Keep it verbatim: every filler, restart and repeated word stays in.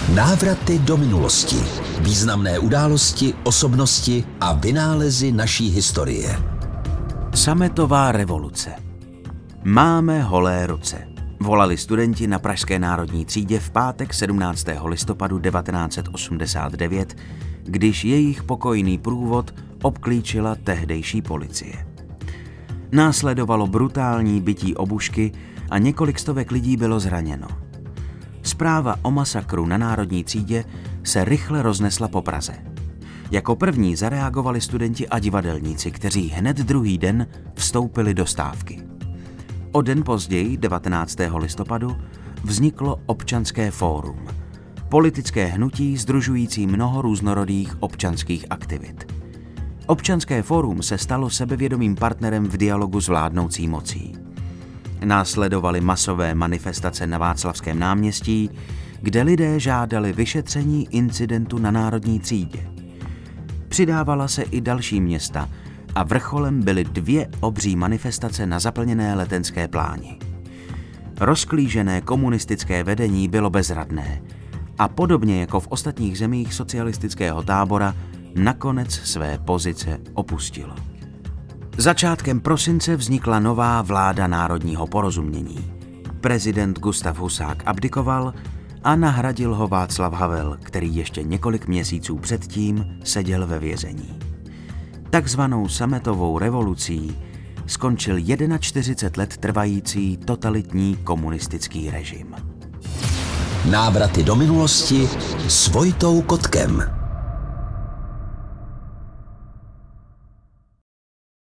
Návraty do minulosti. Významné události, osobnosti a vynálezy naší historie. Sametová revoluce. Máme holé ruce. Volali studenti na Pražské národní třídě v pátek sedmnáctého listopadu devatenáct set osmdesát devět, když jejich pokojný průvod obklíčila tehdejší policie. Následovalo brutální bití obušky a několik stovek lidí bylo zraněno. Zpráva o masakru na národní třídě se rychle roznesla po Praze. Jako první zareagovali studenti a divadelníci, kteří hned druhý den vstoupili do stávky. O den později, devatenáctého listopadu, vzniklo Občanské fórum, politické hnutí sdružující mnoho různorodých občanských aktivit. Občanské fórum se stalo sebevědomým partnerem v dialogu s vládnoucí mocí. Následovaly masové manifestace na Václavském náměstí, kde lidé žádali vyšetření incidentu na národní třídě. Přidávala se i další města a vrcholem byly dvě obří manifestace na zaplněné Letenské pláni. Rozklížené komunistické vedení bylo bezradné a podobně jako v ostatních zemích socialistického tábora nakonec své pozice opustilo. Začátkem prosince vznikla nová vláda národního porozumění. Prezident Gustav Husák abdikoval a nahradil ho Václav Havel, který ještě několik měsíců předtím seděl ve vězení. Takzvanou sametovou revolucí skončil čtyřicet jedna let trvající totalitní komunistický režim. Návraty do minulosti s Vojtou Kotkem.